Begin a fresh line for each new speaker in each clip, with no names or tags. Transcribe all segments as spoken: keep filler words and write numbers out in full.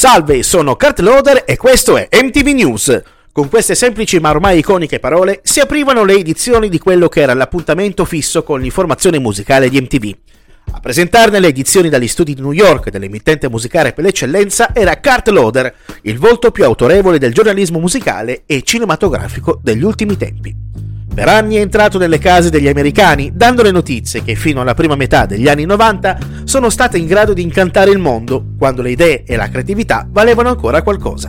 Salve, sono Kurt Loder e questo è M T V News. Con queste semplici ma ormai iconiche parole si aprivano le edizioni di quello che era l'appuntamento fisso con l'informazione musicale di M T V. A presentarne le edizioni dagli studi di New York dell'emittente musicale per eccellenza era Kurt Loder, il volto più autorevole del giornalismo musicale e cinematografico degli ultimi tempi. Per anni è entrato nelle case degli americani, dando le notizie che fino alla prima metà degli anni novanta sono state in grado di incantare il mondo, quando le idee e la creatività valevano ancora qualcosa.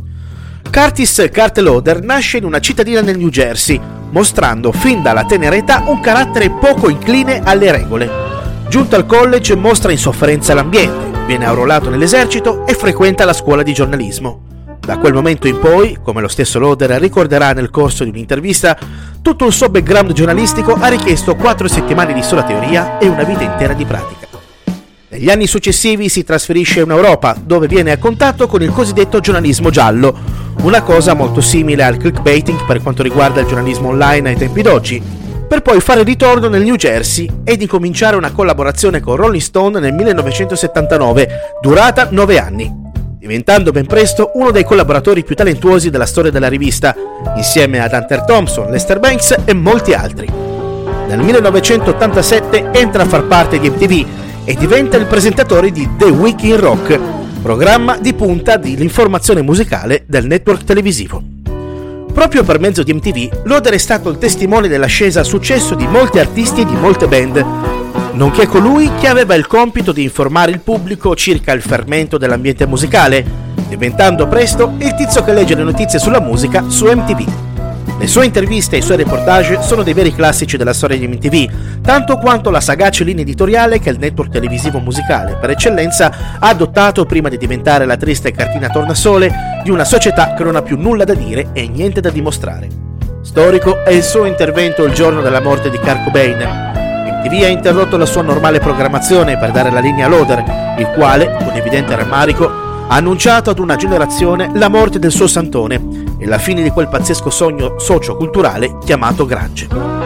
Curtis Kurt Loder nasce in una cittadina nel New Jersey, mostrando fin dalla tenera età un carattere poco incline alle regole. Giunto al college mostra insofferenza all'ambiente, viene arruolato nell'esercito e frequenta la scuola di giornalismo. Da quel momento in poi, come lo stesso Loder ricorderà nel corso di un'intervista, tutto il suo background giornalistico ha richiesto quattro settimane di sola teoria e una vita intera di pratica. Negli anni successivi si trasferisce in Europa, dove viene a contatto con il cosiddetto giornalismo giallo, una cosa molto simile al clickbaiting per quanto riguarda il giornalismo online ai tempi d'oggi, per poi fare ritorno nel New Jersey ed incominciare una collaborazione con Rolling Stone nel millenovecentosettantanove, durata nove anni, diventando ben presto uno dei collaboratori più talentuosi della storia della rivista, insieme ad Hunter Thompson, Lester Banks e molti altri. Nel millenovecentottantasette entra a far parte di M T V e diventa il presentatore di The Week in Rock, programma di punta dell'informazione musicale del network televisivo. Proprio per mezzo di M T V, Loder è stato il testimone dell'ascesa a successo di molti artisti e di molte band, nonché colui che aveva il compito di informare il pubblico circa il fermento dell'ambiente musicale, diventando presto il tizio che legge le notizie sulla musica su M T V. Le sue interviste e i suoi reportage sono dei veri classici della storia di M T V, tanto quanto la sagace linea editoriale che il network televisivo musicale per eccellenza ha adottato prima di diventare la triste cartina tornasole di una società che non ha più nulla da dire e niente da dimostrare. Storico è il suo intervento il giorno della morte di Kurt Cobain. M T V ha interrotto la sua normale programmazione per dare la linea a Loder, il quale, con evidente rammarico, ha annunciato ad una generazione la morte del suo santone e la fine di quel pazzesco sogno socio-culturale chiamato grunge.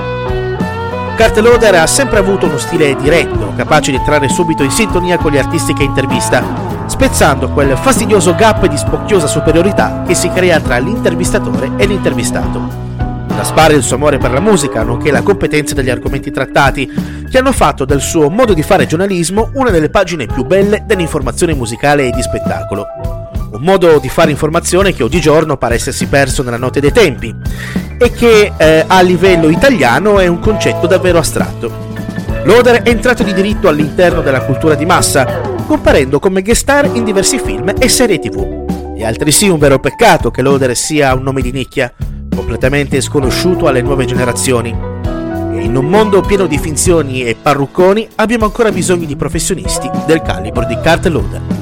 Kurt Loder ha sempre avuto uno stile diretto, capace di entrare subito in sintonia con gli artisti che intervista, spezzando quel fastidioso gap di spocchiosa superiorità che si crea tra l'intervistatore e l'intervistato. Traspare il suo amore per la musica, nonché la competenza degli argomenti trattati, che hanno fatto del suo modo di fare giornalismo una delle pagine più belle dell'informazione musicale e di spettacolo. Un modo di fare informazione che oggigiorno pare essersi perso nella notte dei tempi e che eh, a livello italiano è un concetto davvero astratto. Loder è entrato di diritto all'interno della cultura di massa, comparendo come guest star in diversi film e serie tv. È altresì un vero peccato che Loder sia un nome di nicchia, completamente sconosciuto alle nuove generazioni. E in un mondo pieno di finzioni e parrucconi abbiamo ancora bisogno di professionisti del calibro di Kurt Loder.